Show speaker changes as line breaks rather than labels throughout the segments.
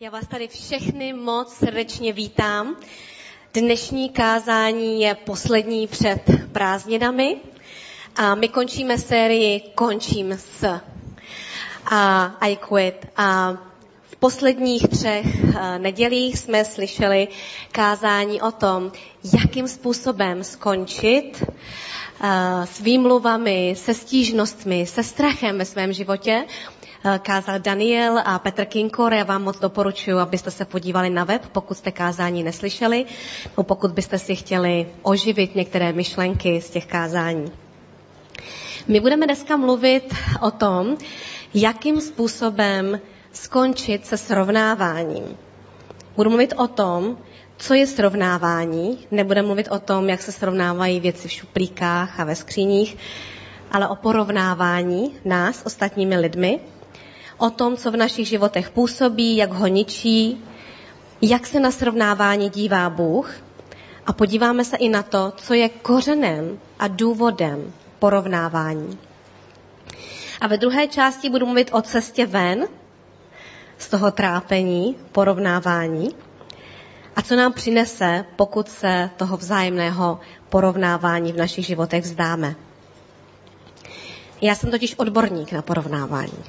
Já vás tady všechny moc srdečně vítám. Dnešní kázání je poslední před prázdninami a my končíme sérii Končím s I Quit. A v posledních 3 nedělích jsme slyšeli kázání o tom, jakým způsobem skončit s výmluvami, se stížnostmi, se strachem ve svém životě. Kázal Daniel a Petr Kinkor. Já vám moc doporučuji, abyste se podívali na web, pokud jste kázání neslyšeli, nebo pokud byste si chtěli oživit některé myšlenky z těch kázání. My budeme dneska mluvit o tom, jakým způsobem skončit se srovnáváním. Budu mluvit o tom, co je srovnávání, nebudeme mluvit o tom, jak se srovnávají věci v šuplíkách a ve skříních, ale o porovnávání nás s ostatními lidmi, o tom, co v našich životech působí, jak ho ničí, jak se na srovnávání dívá Bůh a podíváme se i na to, co je kořenem a důvodem porovnávání. A ve druhé části budu mluvit o cestě ven z toho trápení, porovnávání a co nám přinese, pokud se toho vzájemného porovnávání v našich životech vzdáme. Já jsem totiž odborník na porovnávání.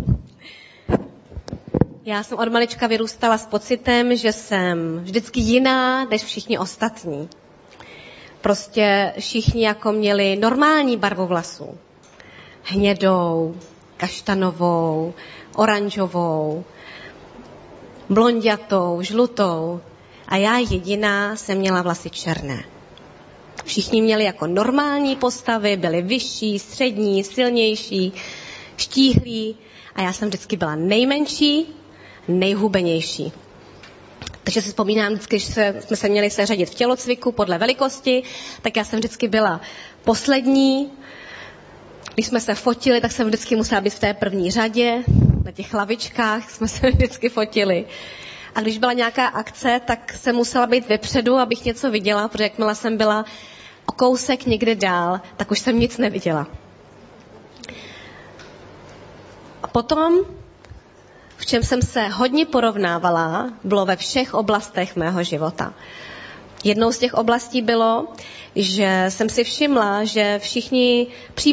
Já jsem od malička vyrůstala s pocitem, že jsem vždycky jiná než všichni ostatní. Prostě všichni jako měli normální barvu vlasů. Hnědou, kaštanovou, oranžovou, blonďatou, žlutou. A já jediná jsem měla vlasy černé. Všichni měli jako normální postavy, byli vyšší, střední, silnější, štíhlí a já jsem vždycky byla nejmenší, nejhubenější. Takže si vzpomínám, vždycky, když jsme se měli seřadit v tělocviku podle velikosti, tak já jsem vždycky byla poslední. Když jsme se fotili, tak jsem vždycky musela být v té první řadě, na těch lavičkách jsme se vždycky fotili. A když byla nějaká akce, tak jsem musela být vepředu, abych něco viděla, protože jakmile jsem byla o kousek někde dál, tak už jsem nic neviděla. A potom, v čem jsem se hodně porovnávala, bylo ve všech oblastech mého života. Jednou z těch oblastí bylo, že jsem si všimla, že všechny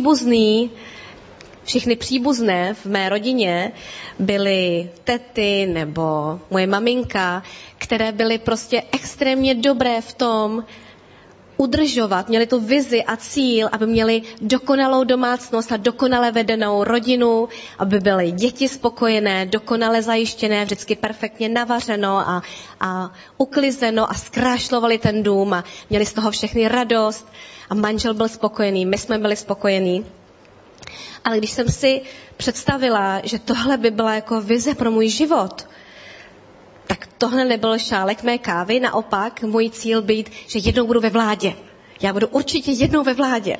příbuzné v mé rodině byly tety nebo moje maminka, které byly prostě extrémně dobré v tom udržovat, měli tu vizi a cíl, aby měli dokonalou domácnost a dokonale vedenou rodinu, aby byly děti spokojené, dokonale zajištěné, vždycky perfektně navařeno a uklizeno a zkrášlovali ten dům a měli z toho všechny radost a manžel byl spokojený, my jsme byli spokojení. Ale když jsem si představila, že tohle by byla jako vize pro můj život, tak tohle nebyl šálek mé kávy, naopak můj cíl být, že jednou budu ve vládě. Já budu určitě jednou ve vládě.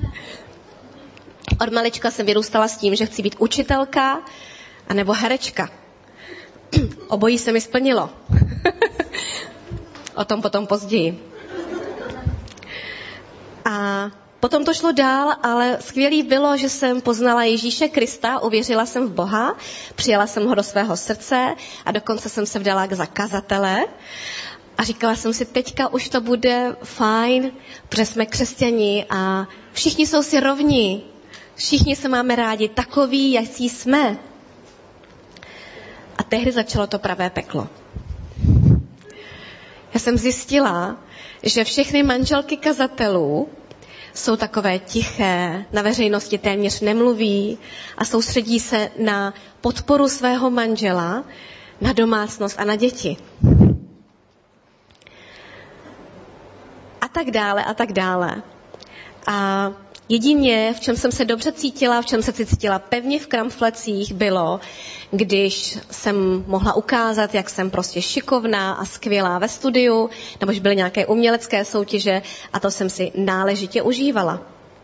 Od malička jsem vyrůstala s tím, že chci být učitelka anebo herečka. Obojí se mi splnilo. O tom potom později. A potom to šlo dál, ale skvělý bylo, že jsem poznala Ježíše Krista, uvěřila jsem v Boha, přijala jsem ho do svého srdce a dokonce jsem se vdala za kazatele a říkala jsem si, teďka už to bude fajn, protože jsme křesťani a všichni jsou si rovní, všichni se máme rádi takový, jací jsme. A tehdy začalo to pravé peklo. Já jsem zjistila, že všechny manželky kazatelů jsou takové tiché, na veřejnosti téměř nemluví a soustředí se na podporu svého manžela, na domácnost a na děti. A tak dále, a tak dále. A jedině, v čem jsem se dobře cítila, v čem se cítila pevně v kramflecích, bylo, když jsem mohla ukázat, jak jsem prostě šikovná a skvělá ve studiu, nebo že byly nějaké umělecké soutěže a to jsem si náležitě užívala.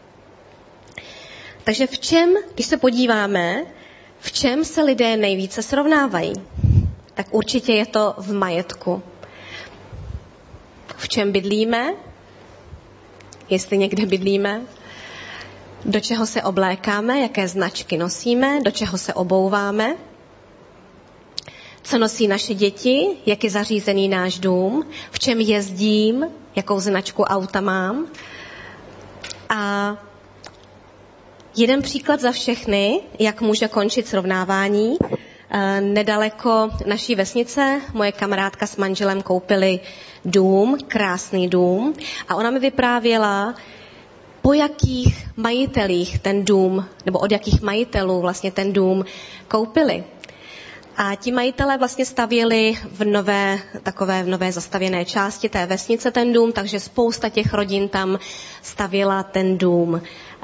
Takže v čem, když se podíváme, v čem se lidé nejvíce srovnávají, tak určitě je to v majetku. V čem bydlíme, jestli někde bydlíme, do čeho se oblékáme, jaké značky nosíme, do čeho se obouváme, co nosí naše děti, jak je zařízený náš dům, v čem jezdím, jakou značku auta mám. A jeden příklad za všechny, jak může končit srovnávání. Nedaleko naší vesnice moje kamarádka s manželem koupili dům, krásný dům, a ona mi vyprávěla, po jakých majitelích ten dům, nebo od jakých majitelů vlastně ten dům koupili. A ti majitelé vlastně stavěli v nové zastavěné části té vesnice ten dům, takže spousta těch rodin tam stavěla ten dům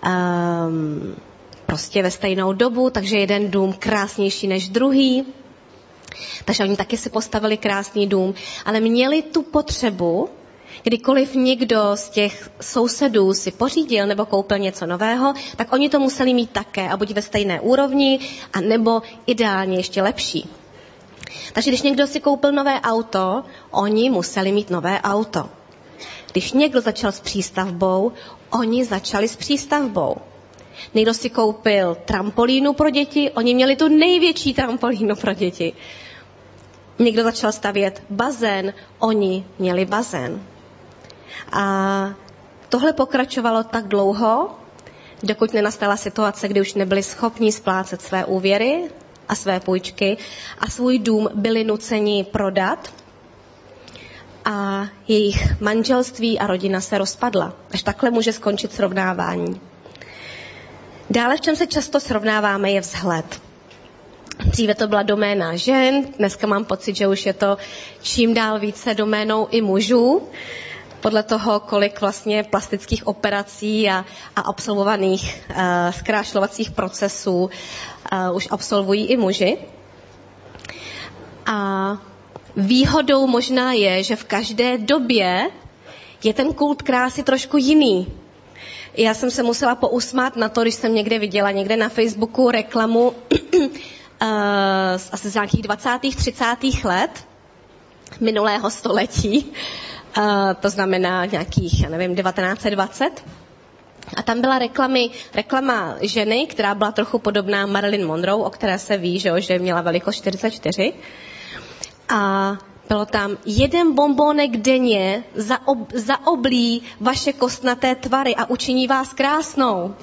prostě ve stejnou dobu, takže jeden dům krásnější než druhý. Takže oni taky si postavili krásný dům, ale měli tu potřebu, kdykoliv někdo z těch sousedů si pořídil nebo koupil něco nového, tak oni to museli mít také a buď ve stejné úrovni, a nebo ideálně ještě lepší. Takže když někdo si koupil nové auto, oni museli mít nové auto. Když někdo začal s přístavbou, oni začali s přístavbou. Někdo si koupil trampolínu pro děti, oni měli tu největší trampolínu pro děti. Někdo začal stavět bazén, oni měli bazén. A tohle pokračovalo tak dlouho, dokud nenastala situace, kdy už nebyli schopni splácet své úvěry a své půjčky a svůj dům byli nuceni prodat a jejich manželství a rodina se rozpadla. Až takhle může skončit srovnávání. Dále, v čem se často srovnáváme, je vzhled. Dříve to byla doména žen, dneska mám pocit, že už je to čím dál více doménou i mužů, podle toho, kolik vlastně plastických operací a absolvovaných zkrášlovacích procesů už absolvují i muži. A výhodou možná je, že v každé době je ten kult krásy trošku jiný. Já jsem se musela pousmát na to, když jsem někde na Facebooku reklamu asi z nějakých 20. 30. let minulého století, to znamená nějakých, 1920. A tam byla reklama ženy, která byla trochu podobná Marilyn Monroe, o které se ví, že měla velikost 44. A bylo tam: jeden bonbónek denně zaoblí vaše kostnaté tvary a učiní vás krásnou.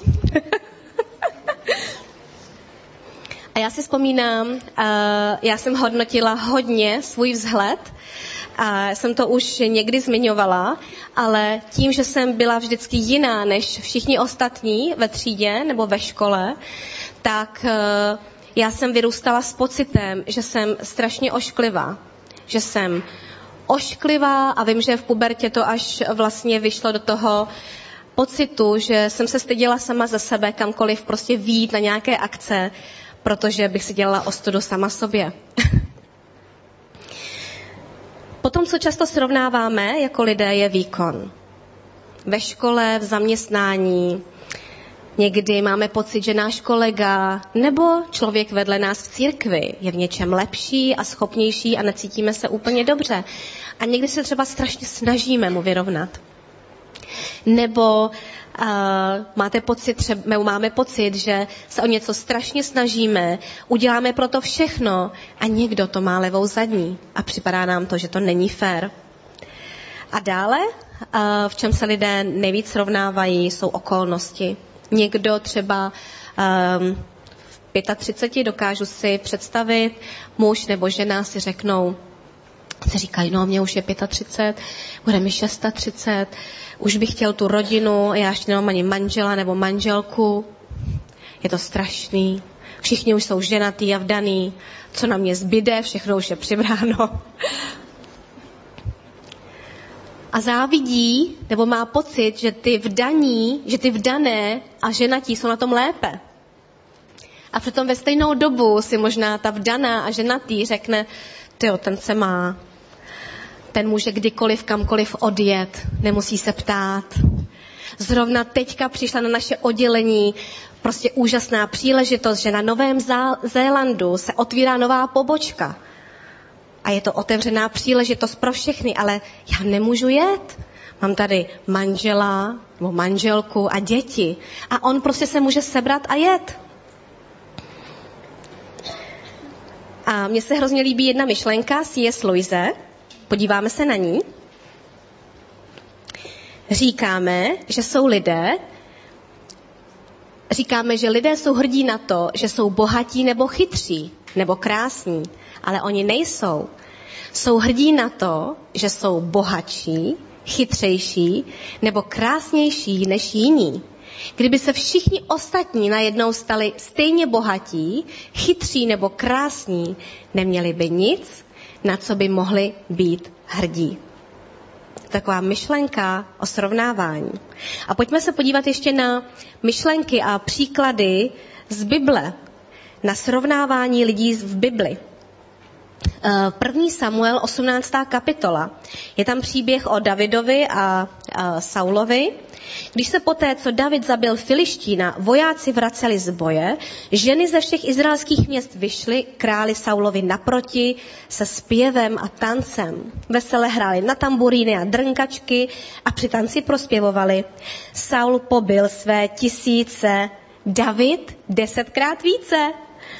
A já si vzpomínám, já jsem hodnotila hodně svůj vzhled, a jsem to už někdy zmiňovala, ale tím, že jsem byla vždycky jiná než všichni ostatní ve třídě nebo ve škole, tak já jsem vyrůstala s pocitem, že jsem strašně ošklivá. Že jsem ošklivá a vím, že v pubertě to až vlastně vyšlo do toho pocitu, že jsem se styděla sama za sebe kamkoliv prostě vyjít na nějaké akce, protože bych si dělala ostudu sama sobě. Potom, co často srovnáváme jako lidé, je výkon. Ve škole, v zaměstnání, někdy máme pocit, že náš kolega nebo člověk vedle nás v církvi je v něčem lepší a schopnější a necítíme se úplně dobře. A někdy se třeba strašně snažíme mu vyrovnat. Nebo máme pocit, že se o něco strašně snažíme, uděláme pro to všechno a někdo to má levou zadní a připadá nám to, že to není fér. A dále, v čem se lidé nejvíc srovnávají, jsou okolnosti. Někdo třeba v 35 dokážu si představit, muž nebo žena si říkají, mě už je 35, bude mi 36, už bych chtěl tu rodinu, já ještě nemám ani manžela nebo manželku. Je to strašný. Všichni už jsou ženatý a vdaný. Co na mě zbyde, všechno už je přibráno. A závidí, nebo má pocit, že ty vdané a ženatí jsou na tom lépe. A přitom ve stejnou dobu si možná ta vdaná a ženatý řekne, ten se má. Ten může kdykoliv, kamkoliv odjet, nemusí se ptát. Zrovna teďka přišla na naše oddělení prostě úžasná příležitost, že na Novém Zélandu se otvírá nová pobočka. A je to otevřená příležitost pro všechny, ale já nemůžu jet. Mám tady manžela nebo manželku a děti. A on prostě se může sebrat a jet. A mně se hrozně líbí jedna myšlenka C.S. Lewise. Podíváme se na ní. Říkáme, že lidé jsou hrdí na to, že jsou bohatí nebo chytří, nebo krásní, ale oni nejsou. Jsou hrdí na to, že jsou bohatší, chytřejší nebo krásnější než jiní. Kdyby se všichni ostatní najednou stali stejně bohatí, chytří nebo krásní, neměli by nic, na co by mohli být hrdí. Taková myšlenka o srovnávání. A pojďme se podívat ještě na myšlenky a příklady z Bible, na srovnávání lidí v Bibli. 1. Samuel, 18. kapitola. Je tam příběh o Davidovi a Saulovi. Když se poté, co David zabil Filištína, vojáci vraceli z boje, ženy ze všech izraelských měst vyšly králi Saulovi naproti se zpěvem a tancem. Vesele hráli na tamburíny a drnkačky a při tanci prospěvovali. Saul pobil své 1000, David 10krát více.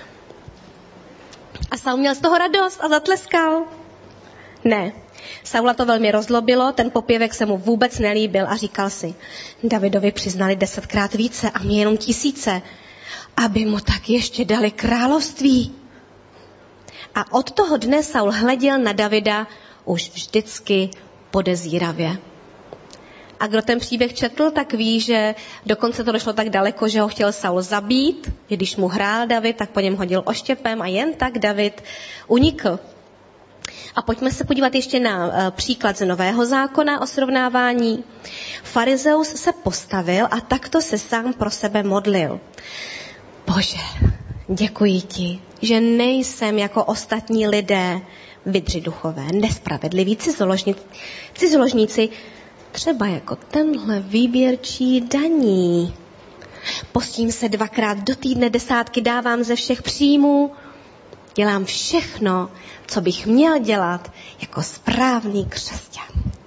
A Saul měl z toho radost a zatleskal. Ne, Saula to velmi rozlobilo, ten popěvek se mu vůbec nelíbil a říkal si, Davidovi přiznali 10krát více a mě jenom 1000, aby mu tak ještě dali království. A od toho dne Saul hleděl na Davida už vždycky podezíravě. A kdo ten příběh četl, tak ví, že dokonce to došlo tak daleko, že ho chtěl Saul zabít. Když mu hrál David, tak po něm hodil oštěpem a jen tak David unikl. A pojďme se podívat ještě na příklad z Nového zákona o srovnávání. Farizeus se postavil a takto se sám pro sebe modlil. Bože, děkuji ti, že nejsem jako ostatní lidé, vydři duchové, nespravedliví cizoložníci, třeba jako tenhle výběrčí daní. Postím se 2krát do týdne, 10 dávám ze všech příjmů. Dělám všechno, co bych měl dělat jako správný křesťan.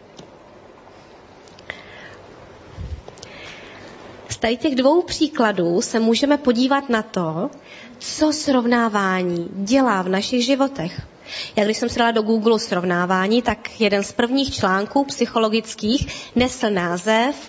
Z tady těch 2 příkladů se můžeme podívat na to, co srovnávání dělá v našich životech. Já když jsem si dala do Google srovnávání, tak jeden z prvních článků psychologických nesl název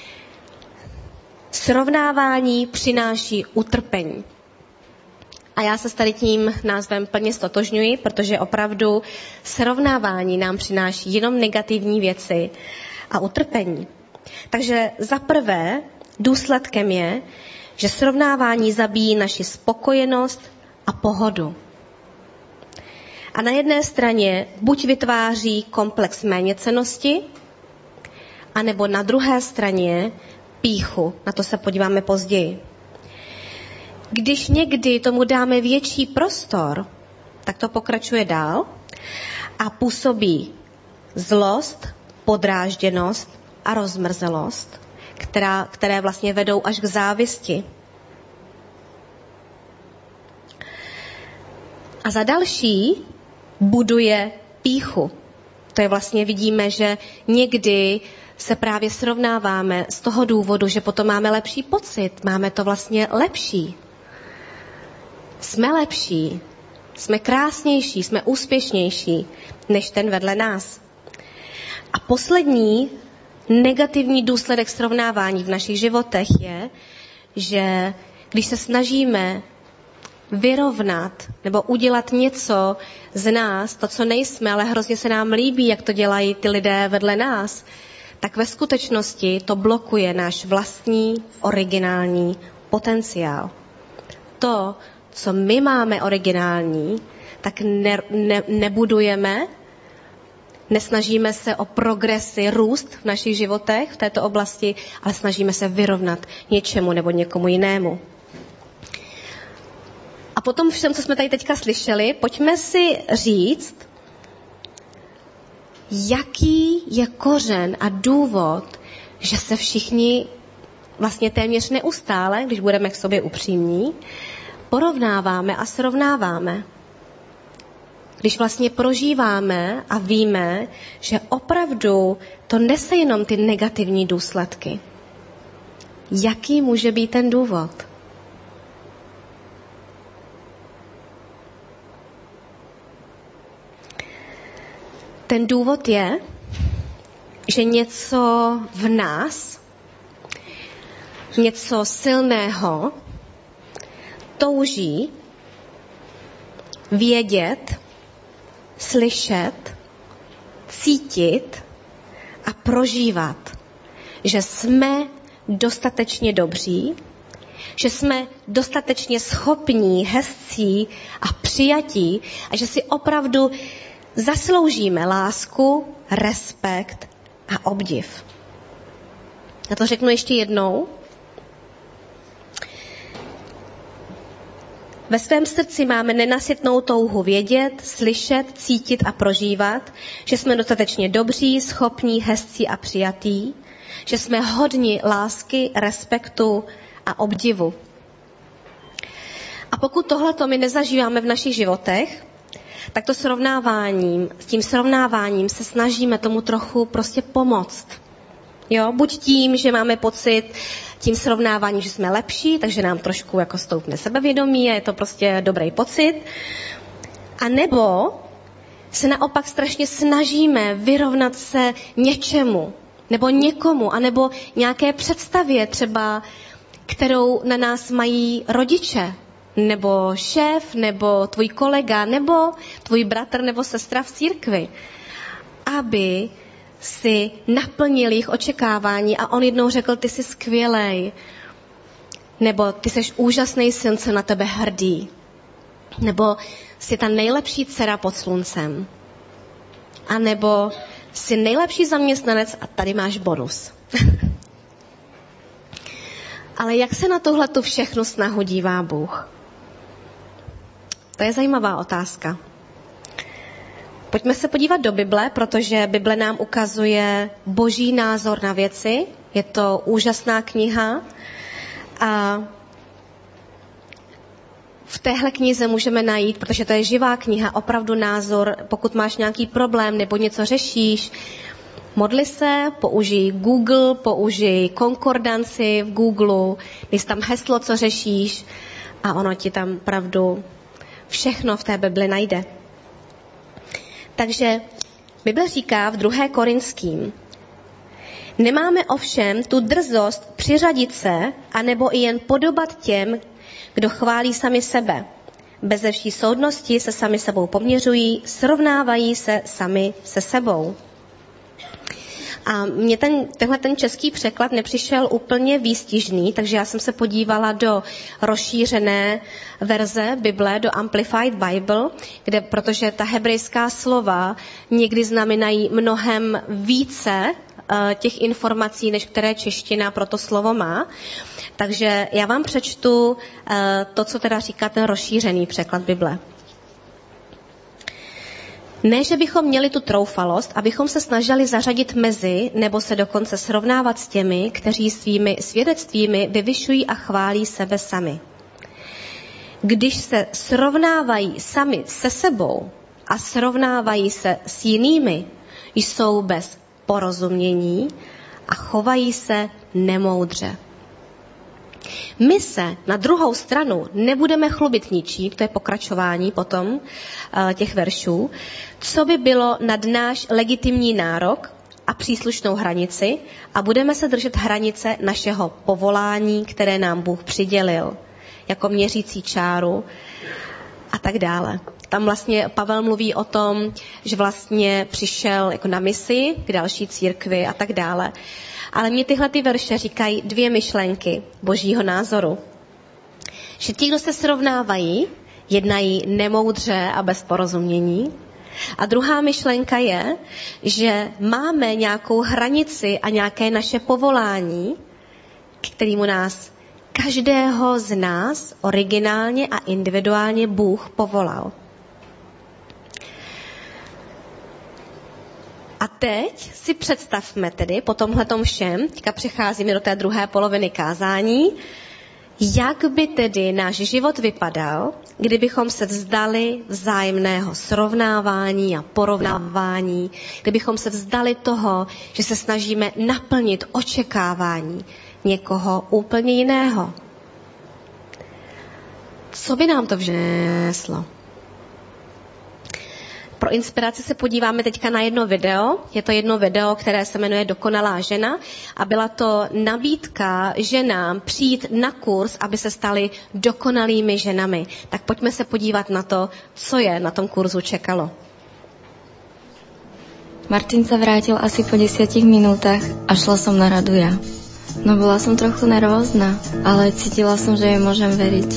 Srovnávání přináší utrpení. A já se s tady tím názvem plně stotožňuji, protože opravdu srovnávání nám přináší jenom negativní věci a utrpení. Takže za prvé důsledkem je, že srovnávání zabíjí naši spokojenost a pohodu. A na jedné straně buď vytváří komplex méněcennosti, anebo na druhé straně pýchu. Na to se podíváme později. Když někdy tomu dáme větší prostor, tak to pokračuje dál a působí zlost, podrážděnost a rozmrzelost, které vlastně vedou až k závisti. A za další buduje pýchu. To je vlastně vidíme, že někdy se právě srovnáváme z toho důvodu, že potom máme lepší pocit, máme to vlastně lepší. Jsme lepší, jsme krásnější, jsme úspěšnější než ten vedle nás. A poslední negativní důsledek srovnávání v našich životech je, že když se snažíme vyrovnat nebo udělat něco z nás, to, co nejsme, ale hrozně se nám líbí, jak to dělají ty lidé vedle nás, tak ve skutečnosti to blokuje náš vlastní originální potenciál. To, co my máme originální, tak nebudujeme, nesnažíme se o progresy, růst v našich životech v této oblasti, ale snažíme se vyrovnat něčemu nebo někomu jinému. A potom všem, co jsme tady teďka slyšeli, pojďme si říct, jaký je kořen a důvod, že se všichni vlastně téměř neustále, když budeme k sobě upřímní, porovnáváme a srovnáváme. Když vlastně prožíváme a víme, že opravdu to nese jenom ty negativní důsledky. Jaký může být ten důvod? Ten důvod je, že něco v nás, něco silného touží vědět, slyšet, cítit a prožívat, že jsme dostatečně dobří, že jsme dostatečně schopní, hezcí a přijatí a že si opravdu zasloužíme lásku, respekt a obdiv. Já to řeknu ještě jednou. Ve svém srdci máme nenasytnou touhu vědět, slyšet, cítit a prožívat, že jsme dostatečně dobří, schopní, hezcí a přijatí, že jsme hodni lásky, respektu a obdivu. A pokud tohleto my nezažíváme v našich životech, tak to s tím srovnáváním se snažíme tomu trochu prostě pomoct. Jo, buď tím, že máme pocit tím srovnáváním, že jsme lepší, takže nám trošku jako stoupne sebevědomí a je to prostě dobrý pocit. A nebo se naopak strašně snažíme vyrovnat se něčemu, nebo někomu, anebo nějaké představě třeba, kterou na nás mají rodiče, nebo šéf, nebo tvůj kolega, nebo tvůj bratr, nebo sestra v církvi, aby si naplnil jejich očekávání a on jednou řekl, ty jsi skvělej, nebo ty jsi úžasný syn, jsem na tebe hrdý, nebo jsi ta nejlepší dcera pod sluncem, a nebo jsi nejlepší zaměstnanec a tady máš bonus. Ale jak se na tohletu všechnu snahu dívá Bůh? To je zajímavá otázka. Pojďme se podívat do Bible, protože Bible nám ukazuje Boží názor na věci. Je to úžasná kniha a v téhle knize můžeme najít, protože to je živá kniha, opravdu názor, pokud máš nějaký problém nebo něco řešíš, modli se, použij Google, použij konkordanci v Google, dej tam heslo, co řešíš a ono ti tam opravdu všechno v té Bibli najde. Takže Bible říká v 2. Korinským, nemáme ovšem tu drzost přiřadit se, anebo i jen podobat těm, kdo chválí sami sebe. Beze vší soudnosti se sami sebou poměřují, srovnávají se sami se sebou. A mně tenhle český překlad nepřišel úplně výstižný, takže já jsem se podívala do rozšířené verze Bible, do Amplified Bible, protože ta hebrejská slova někdy znamenají mnohem více těch informací, než které čeština pro to slovo má. Takže já vám přečtu to, co teda říká ten rozšířený překlad Bible. Ne, že bychom měli tu troufalost, abychom se snažili zařadit mezi nebo se dokonce srovnávat s těmi, kteří svými svědectvími vyvyšují a chválí sebe sami. Když se srovnávají sami se sebou a srovnávají se s jinými, jsou bez porozumění a chovají se nemoudře. My se na druhou stranu nebudeme chlubit ničím, to je pokračování potom těch veršů, co by bylo nad náš legitimní nárok a příslušnou hranici a budeme se držet hranice našeho povolání, které nám Bůh přidělil, jako měřící čáru a tak dále. Tam vlastně Pavel mluví o tom, že vlastně přišel jako na misi k další církvi a tak dále. Ale mě tyhle ty verše říkají 2 myšlenky Božího názoru. Že ti, kdo se srovnávají, jednají nemoudře a bez porozumění. A druhá myšlenka je, že máme nějakou hranici a nějaké naše povolání, k kterému nás každého z nás originálně a individuálně Bůh povolal. A teď si představme tedy po tomhletom všem, teďka přecházíme do té druhé poloviny kázání, jak by tedy náš život vypadal, kdybychom se vzdali vzájemného srovnávání a porovnávání, kdybychom se vzdali toho, že se snažíme naplnit očekávání někoho úplně jiného. Co by nám to vneslo? pro inspiraci se podíváme teďka na jedno video. Je to jedno video, které se jmenuje Dokonalá žena a byla to nabídka ženám přijít na kurz, aby se staly dokonalými ženami. Tak pojďme se podívat na to, co je na tom kurzu čekalo.
Martin sa vrátil asi po 10 minútach a šla som na radu ja. No bola som trochu nervózna, ale cítila som, že jej môžem veriť.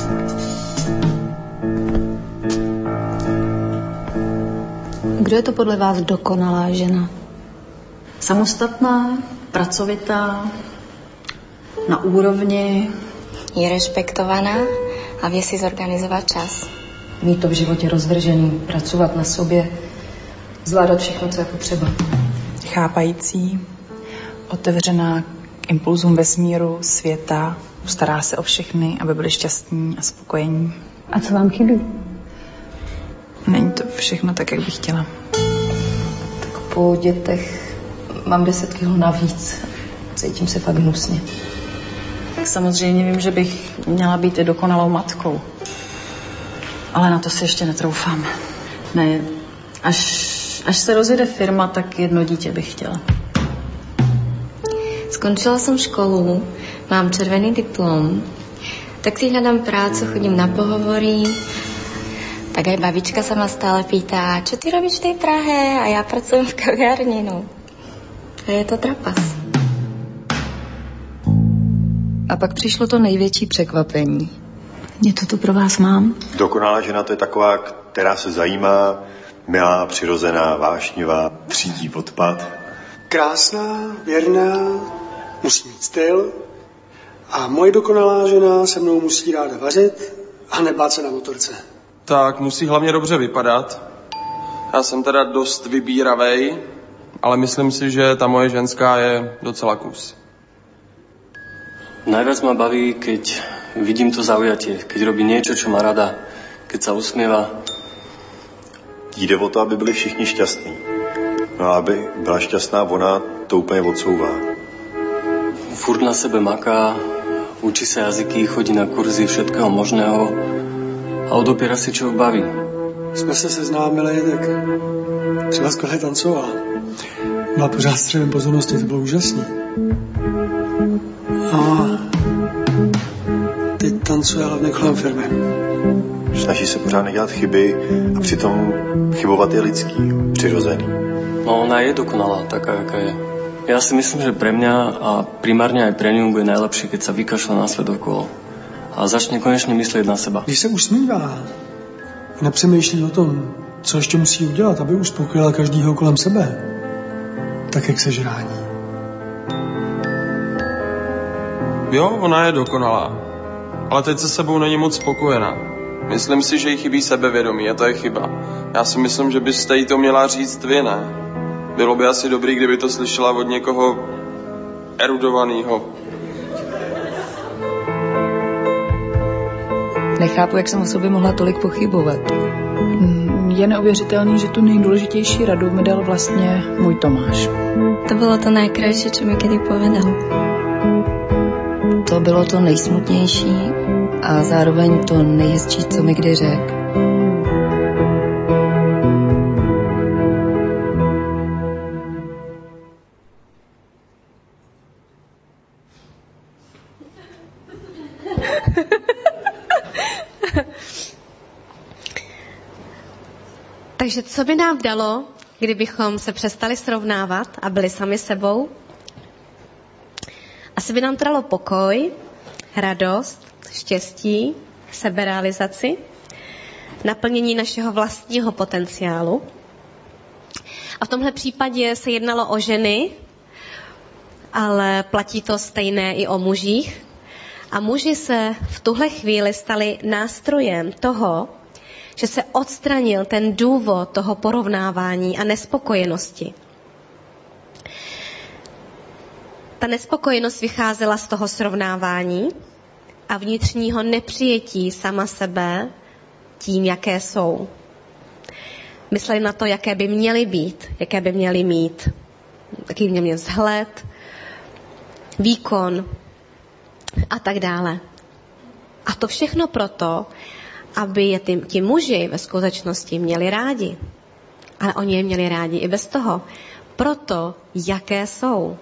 Kdo je to podle vás dokonalá žena? Samostatná, pracovitá, na úrovni.
Je rešpektovaná a vie si zorganizovať čas.
Mít to v životě rozvržený, pracovat na sobě, zvládat všechno, co je potřeba.
Chápající, otevřená k impulzům vesmíru, světa, stará se o všechny, aby byli šťastní a spokojení.
A co vám chybí?
Není to všechno tak, jak bych chtěla.
Tak po dětech mám 10 kilo navíc. Cítím se fakt hnusně.
Tak samozřejmě vím, že bych měla být i dokonalou matkou. Ale na to si ještě netroufám. Ne, až se rozjede firma, tak jedno dítě bych chtěla.
Skončila som školu, mám červený diplom, tak si hľadám prácu, chodím na pohovory. Tak aj babička sa ma stále pýta, čo ty robíš v tej Prahe? A ja pracujem v kaviarni, no. A je to trapas.
A pak přišlo to největší překvapení. Něco tu pro vás mám?
Dokonalá žena to je taková, která se zajímá, milá, přirozená, vášnivá, třídí odpad.
Krásná, věrná, musí mít styl a moje dokonalá žena se mnou musí ráda vařit a nebát se na motorce.
Tak musí hlavně dobře vypadat. Já jsem teda dost vybíravej, ale myslím si, že ta moje ženská je docela kus.
Najviac ma baví, keď vidím to zaujatie, keď robí niečo, čo má rada, keď sa usmieva.
Jde o to, aby byli všichni šťastní. No a aby byla šťastná ona, to úplně odsouvá.
Furt na sebe maká, učí sa jazyky, chodí na kurzy všetkého možného a odopiera si, čo ho baví.
Jsme se seznámili, tak třeba skvěle tancovala. Byla pořád středem pozornosti, to bylo úžasné. A teď tancuje hlavně kolem firmy.
Snaží se pořád nedělat chyby a přitom chybovat je lidský, přirozený.
No ona je dokonalá, taká, jaká je. Ja si myslím, že pre mňa a primárne aj pre ňu bude najlepšie, keď sa vykašľa na svet okolo a začne konečne myslieť na seba.
Když se usmívá, nepřemýšlí o tom, co ještě musí udělat, aby uspokojila každýho kolem sebe, tak jak se žrání.
Jo, ona je dokonalá, ale teď se sebou není moc spokojená. Myslím si, že jí chybí sebevědomí a to je chyba. Já si myslím, že byste jí to měla říct vy, ne? Bylo by asi dobrý, kdyby to slyšela od někoho erudovaného.
Nechápu, jak jsem o sobě mohla tolik pochybovat.
Je neuvěřitelný, že tu nejdůležitější radu mi dal vlastně můj Tomáš.
To bolo to najkrajšie, čo mi kedy povedal.
To bylo to nejsmutnější a zároveň to nejhezčí, co mi kdy řekl.
Takže co by nám dalo, kdybychom se přestali srovnávat a byli sami sebou? Asi by nám to dalo pokoj, radost, štěstí, seberealizaci, naplnění našeho vlastního potenciálu. A v tomhle případě se jednalo o ženy, ale platí to stejné i o mužích. A muži se v tuhle chvíli stali nástrojem toho, že se odstranil ten důvod toho porovnávání a nespokojenosti. Ta nespokojenost vycházela z toho srovnávání a vnitřního nepřijetí sama sebe tím, jaké jsou. Mysleli na to, jaké by měly být, jaké by měly mít, jaký by měl mít vzhled, výkon a tak dále. A to všechno proto, aby je ti muži ve skutečnosti měli rádi. Ale oni je měli rádi i bez toho. Proto, jaké jsou.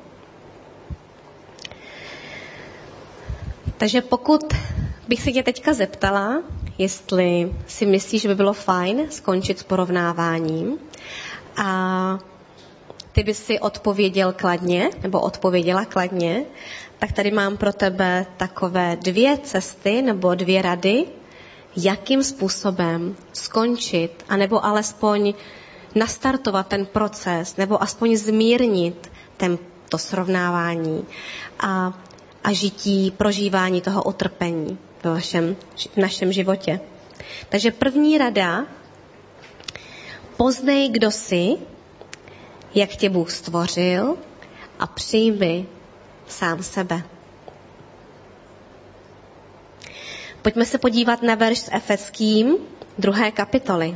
Takže pokud bych se tě teďka zeptala, jestli si myslíš, že by bylo fajn skončit s porovnáváním a ty by si odpověděl kladně, nebo odpověděla kladně, tak tady mám pro tebe takové 2 cesty nebo 2 rady, jakým způsobem skončit, anebo alespoň nastartovat ten proces, nebo aspoň zmírnit to srovnávání a žití, prožívání toho utrpení v našem životě. Takže první rada, poznej, kdo jsi, jak tě Bůh stvořil a přijmi sám sebe. Pojďme se podívat na verš s Efeským 2. kapitoly.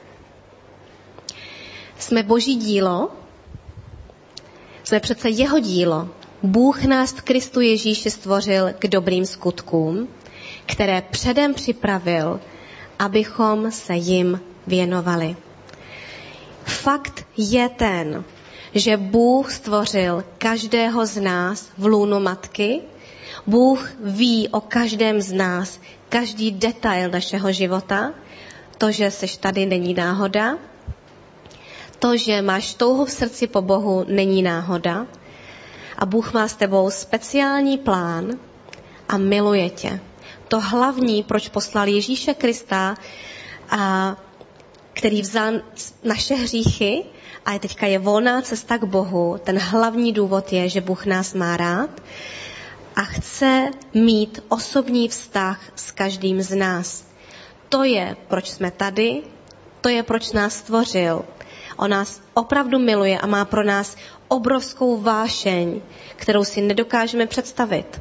Jsme Boží dílo, jsme přece jeho dílo. Bůh nás v Kristu Ježíši stvořil k dobrým skutkům, které předem připravil, abychom se jim věnovali. Fakt je ten, že Bůh stvořil každého z nás v lůnu matky. Bůh ví o každém z nás každý detail našeho života. To, že seš tady, není náhoda. To, že máš touhu v srdci po Bohu, není náhoda. A Bůh má s tebou speciální plán a miluje tě. To hlavní, proč poslal Ježíše Krista, který vzal naše hříchy a teďka je volná cesta k Bohu. Ten hlavní důvod je, že Bůh nás má rád a chce mít osobní vztah s každým z nás. To je, proč jsme tady, to je, proč nás stvořil. On nás opravdu miluje a má pro nás obrovskou vášeň, kterou si nedokážeme představit.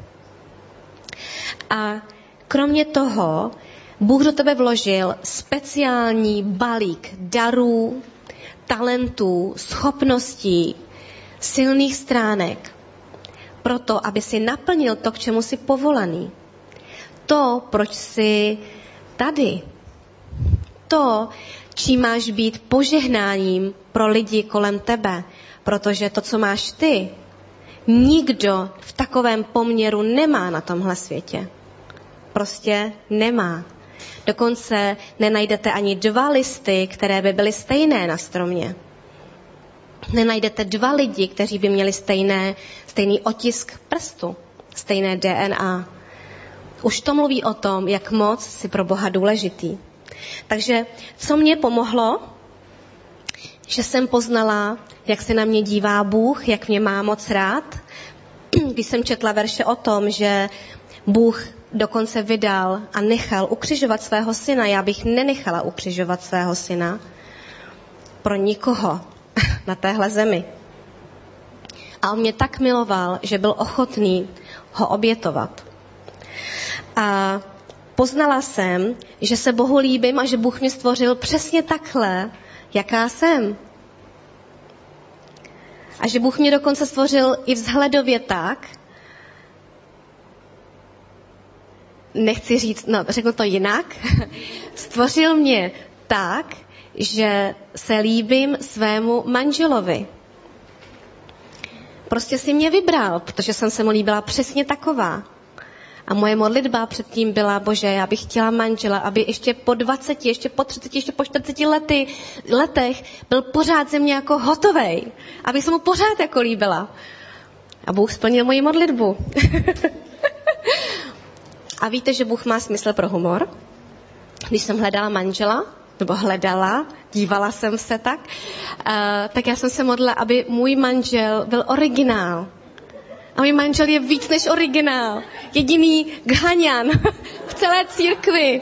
A kromě toho, Bůh do tebe vložil speciální balík darů, talentů, schopností, silných stránek, proto, aby si naplnil to, k čemu jsi povolaný. To, proč jsi tady. To, čím máš být požehnáním pro lidi kolem tebe, protože to, co máš ty, nikdo v takovém poměru nemá na tomhle světě. Prostě nemá. Dokonce nenajdete ani 2 listy, které by byly stejné na stromě. Nenajdete 2 lidi, kteří by měli stejný otisk prstu, stejné DNA. Už to mluví o tom, jak moc jsi pro Boha důležitý. Takže co mě pomohlo, že jsem poznala, jak se na mě dívá Bůh, jak mě má moc rád, když jsem četla verše o tom, že Bůh dokonce vydal a nechal ukřižovat svého syna. Já bych nenechala ukřižovat svého syna pro nikoho na téhle zemi. A on mě tak miloval, že byl ochotný ho obětovat. A poznala jsem, že se Bohu líbím a že Bůh mě stvořil přesně takhle, jaká jsem. A že Bůh mě dokonce stvořil i vzhledově tak, nechci říct, řeknu to jinak, stvořil mě tak, že se líbím svému manželovi. Prostě si mě vybral, protože jsem se mu líbila přesně taková. A moje modlitba předtím byla, Bože, já bych chtěla manžela, aby ještě po 20, ještě po 30, ještě po 40 letech byl pořád ze mě jako hotovej. Aby se mu pořád jako líbila. A Bůh splnil moji modlitbu. A víte, že Bůh má smysl pro humor? Když jsem hledala manžela, nebo dívala jsem se tak já jsem se modlila, aby můj manžel byl originál. A můj manžel je víc než originál. Jediný Ghaňan v celé církvi.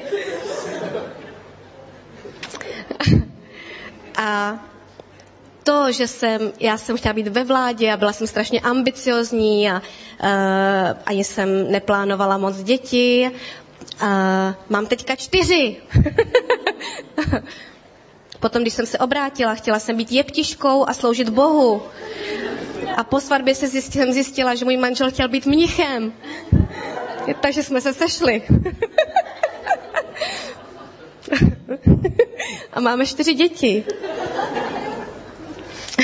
A to, že já jsem chtěla být ve vládě a byla jsem strašně ambiciozní a ani jsem neplánovala moc děti. Mám teďka 4. Potom, když jsem se obrátila, chtěla jsem být jeptiškou a sloužit Bohu. A po svatbě jsem zjistila, že můj manžel chtěl být mnichem. Takže jsme se sešli. A máme 4 děti.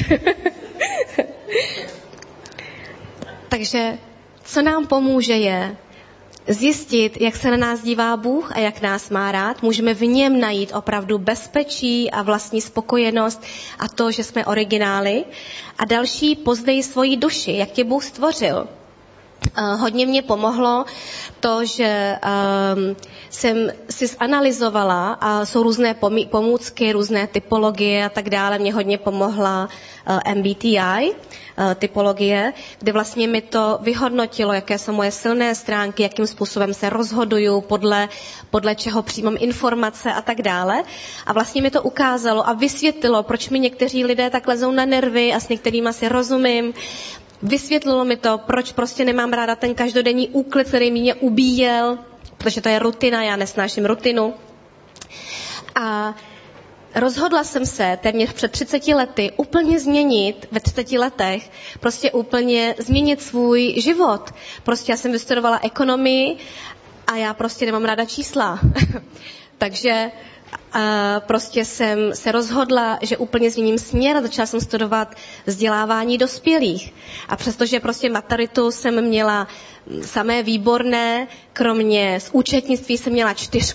Takže co nám pomůže je zjistit, jak se na nás dívá Bůh a jak nás má rád. Můžeme v něm najít opravdu bezpečí a vlastní spokojenost a to, že jsme originály. A další, poznej svoji duši, jak tě Bůh stvořil. Hodně mě pomohlo to, že jsem si zanalyzovala a jsou různé pomůcky, různé typologie a tak dále. Mě hodně pomohla MBTI typologie, kde vlastně mi to vyhodnotilo, jaké jsou moje silné stránky, jakým způsobem se rozhoduju, podle čeho přijímám informace a tak dále. A vlastně mi to ukázalo a vysvětlilo, proč mi někteří lidé tak lezou na nervy a s některými si rozumím. Vysvětlilo mi to, proč prostě nemám ráda ten každodenní úklid, který mě ubíjel, protože to je rutina, já nesnáším rutinu. A rozhodla jsem se téměř před 30 lety úplně změnit, ve 30 letech, prostě úplně změnit svůj život. Prostě já jsem vystudovala ekonomii a já prostě nemám ráda čísla. Takže prostě jsem se rozhodla, že úplně změním směr a začala jsem studovat vzdělávání dospělých. A přestože prostě maturitu jsem měla samé výborné, kromě z účetnictví jsem měla 4,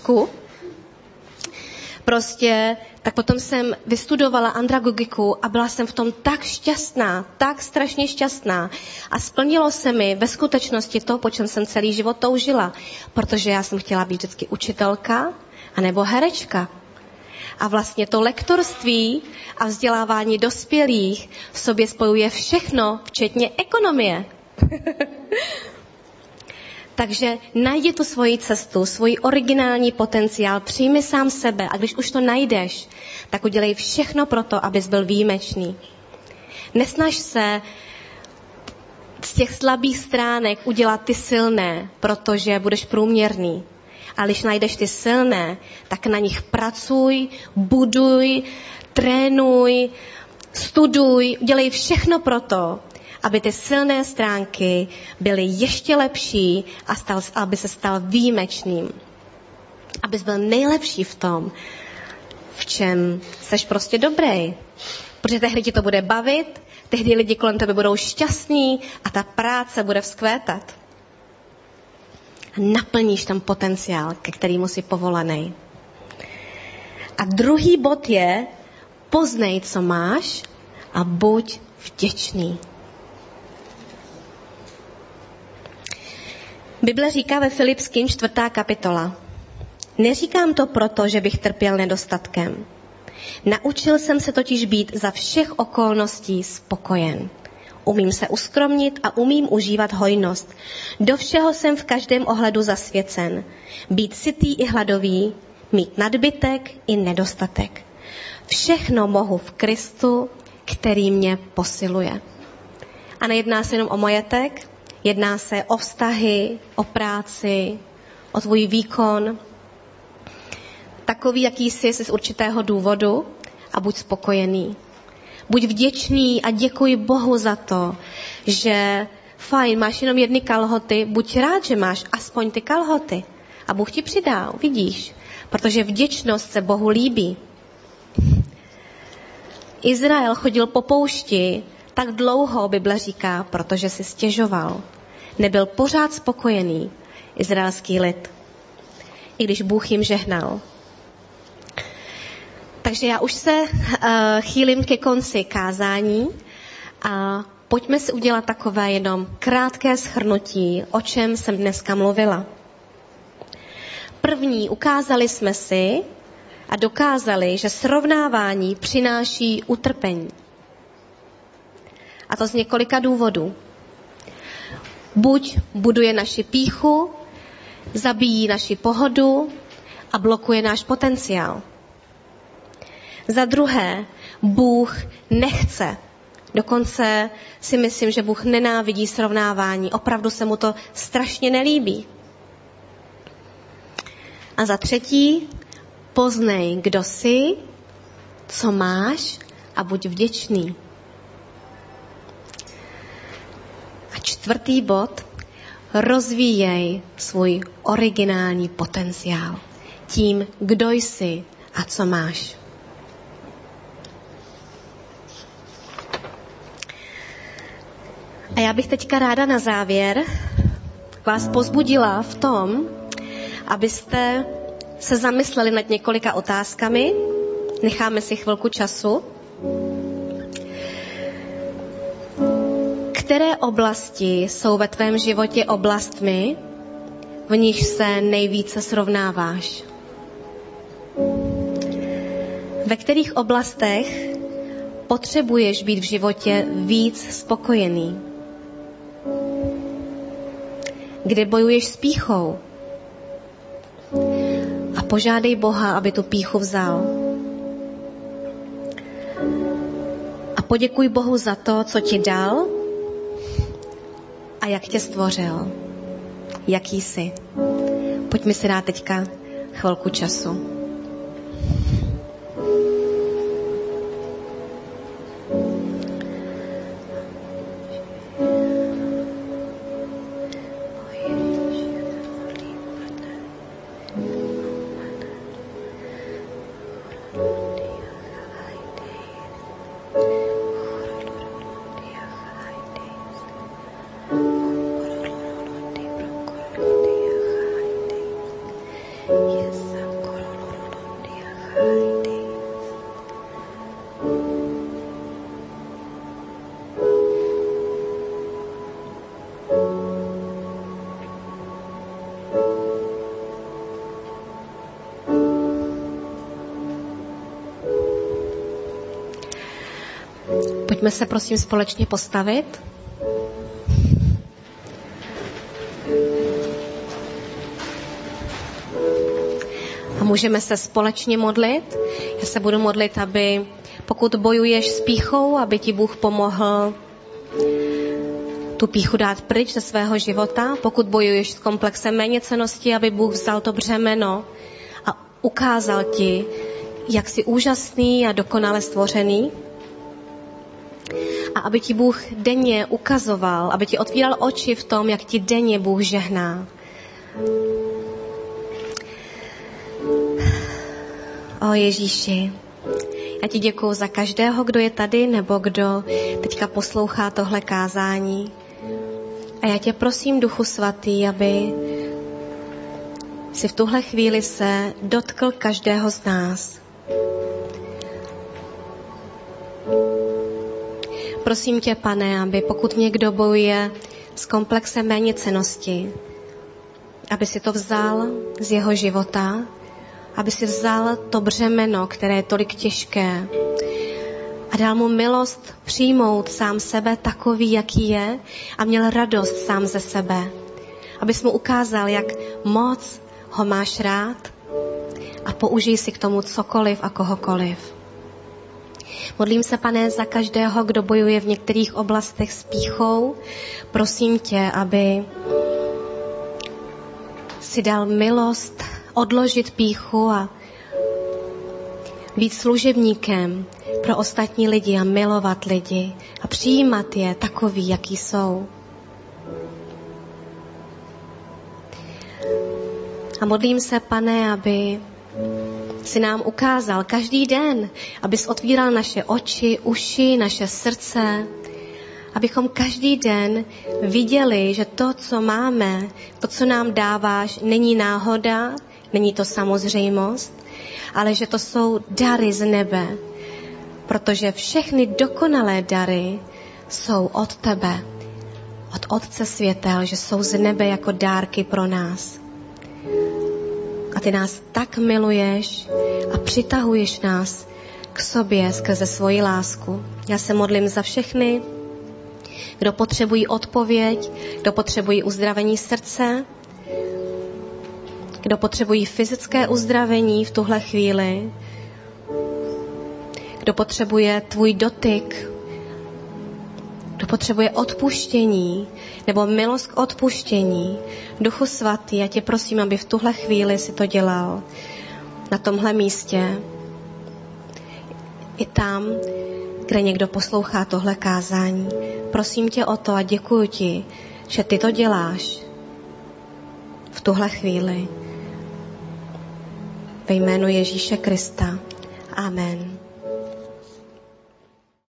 prostě, tak potom jsem vystudovala andragogiku a byla jsem v tom tak šťastná, tak strašně šťastná. A splnilo se mi ve skutečnosti to, po čem jsem celý život toužila. Protože já jsem chtěla být vždycky učitelka anebo herečka. A vlastně to lektorství a vzdělávání dospělých v sobě spojuje všechno, včetně ekonomie. Takže najdi tu svoji cestu, svůj originální potenciál, přijmi sám sebe a když už to najdeš, tak udělej všechno pro to, abys byl výjimečný. Nesnaž se z těch slabých stránek udělat ty silné, protože budeš průměrný. A když najdeš ty silné, tak na nich pracuj, buduj, trénuj, studuj, udělej všechno pro to, aby ty silné stránky byly ještě lepší a aby se stal výjimečným. Abys byl nejlepší v tom, v čem seš prostě dobrý. Protože tehdy ti to bude bavit, tehdy lidi kolem tebe budou šťastní a ta práce bude vzkvétat. A naplníš ten potenciál, ke kterému jsi povolaný. A druhý bod je, poznej, co máš a buď vděčný. Bible říká ve Filipským 4. kapitola. Neříkám to proto, že bych trpěl nedostatkem. Naučil jsem se totiž být za všech okolností spokojen. Umím se uskromnit a umím užívat hojnost. Do všeho jsem v každém ohledu zasvěcen. Být sytý i hladový, mít nadbytek i nedostatek. Všechno mohu v Kristu, který mě posiluje. A nejedná se jenom o majetek, jedná se o vztahy, o práci, o tvůj výkon. Takový, jaký jsi z určitého důvodu a buď spokojený. Buď vděčný a děkuj Bohu za to, že fajn, máš jenom 1 kalhoty, buď rád, že máš aspoň ty kalhoty. A Bůh ti přidá, vidíš, protože vděčnost se Bohu líbí. Izrael chodil po poušti tak dlouho, Bible říká, protože si stěžoval. Nebyl pořád spokojený izraelský lid, i když Bůh jim žehnal. Takže já už se chýlím ke konci kázání a pojďme si udělat takové jenom krátké shrnutí, o čem jsem dneska mluvila. První, ukázali jsme si a dokázali, že srovnávání přináší utrpení. A to z několika důvodů. Buď buduje naši pýchu, zabíjí naši pohodu a blokuje náš potenciál. Za druhé, Bůh nechce. Dokonce si myslím, že Bůh nenávidí srovnávání. Opravdu se mu to strašně nelíbí. A za třetí, poznej, kdo jsi, co máš a buď vděčný. A 4. bod, rozvíjej svůj originální potenciál tím, kdo jsi a co máš. A já bych teďka ráda na závěr vás pozbudila v tom, abyste se zamysleli nad několika otázkami. Necháme si chvilku času. Které oblasti jsou ve tvém životě oblastmi, v nich se nejvíce srovnáváš? Ve kterých oblastech potřebuješ být v životě víc spokojený? Kde bojuješ s pýchou? A požádej Boha, aby tu pýchu vzal. A poděkuj Bohu za to, co ti dal a jak tě stvořil. Jaký jsi. Pojďme si dát teďka chvilku času. Pojďme se prosím společně postavit. A můžeme se společně modlit. Já se budu modlit, aby pokud bojuješ s pýchou, aby ti Bůh pomohl tu pýchu dát pryč ze svého života. Pokud bojuješ s komplexem méněcennosti, aby Bůh vzal to břemeno a ukázal ti, jak jsi úžasný a dokonale stvořený. A aby ti Bůh denně ukazoval, aby ti otvíral oči v tom, jak ti denně Bůh žehná. O Ježíši, já ti děkuju za každého, kdo je tady, nebo kdo teďka poslouchá tohle kázání. A já tě prosím, Duchu Svatý, aby si v tuhle chvíli se dotkl každého z nás. Prosím tě, Pane, aby pokud někdo bojuje s komplexem méněcennosti, aby si to vzal z jeho života, aby si vzal to břemeno, které je tolik těžké, a dal mu milost přijmout sám sebe takový, jaký je, a měl radost sám ze sebe. Abys mu ukázal, jak moc ho máš rád, a použij si k tomu cokoliv a kohokoliv. Modlím se, Pane, za každého, kdo bojuje v některých oblastech s pýchou. Prosím tě, aby si dal milost odložit pýchu a být služebníkem pro ostatní lidi a milovat lidi a přijímat je takový, jaký jsou. A modlím se, Pane, aby si nám ukázal každý den, abys otvíral naše oči, uši, naše srdce, abychom každý den viděli, že to, co máme, to, co nám dáváš, není náhoda, není to samozřejmost, ale že to jsou dary z nebe, protože všechny dokonalé dary jsou od tebe, od Otce světel, že jsou z nebe jako dárky pro nás. A ty nás tak miluješ a přitahuješ nás k sobě skrze svoji lásku. Já se modlím za všechny, kdo potřebují odpověď, kdo potřebují uzdravení srdce, kdo potřebují fyzické uzdravení v tuhle chvíli, kdo potřebuje tvůj dotyk, kdo potřebuje odpuštění nebo milost k odpuštění. Duchu Svatý, já tě prosím, aby v tuhle chvíli si to dělal na tomhle místě i tam, kde někdo poslouchá tohle kázání. Prosím tě o to a děkuji ti, že ty to děláš v tuhle chvíli. Ve jménu Ježíše Krista. Amen.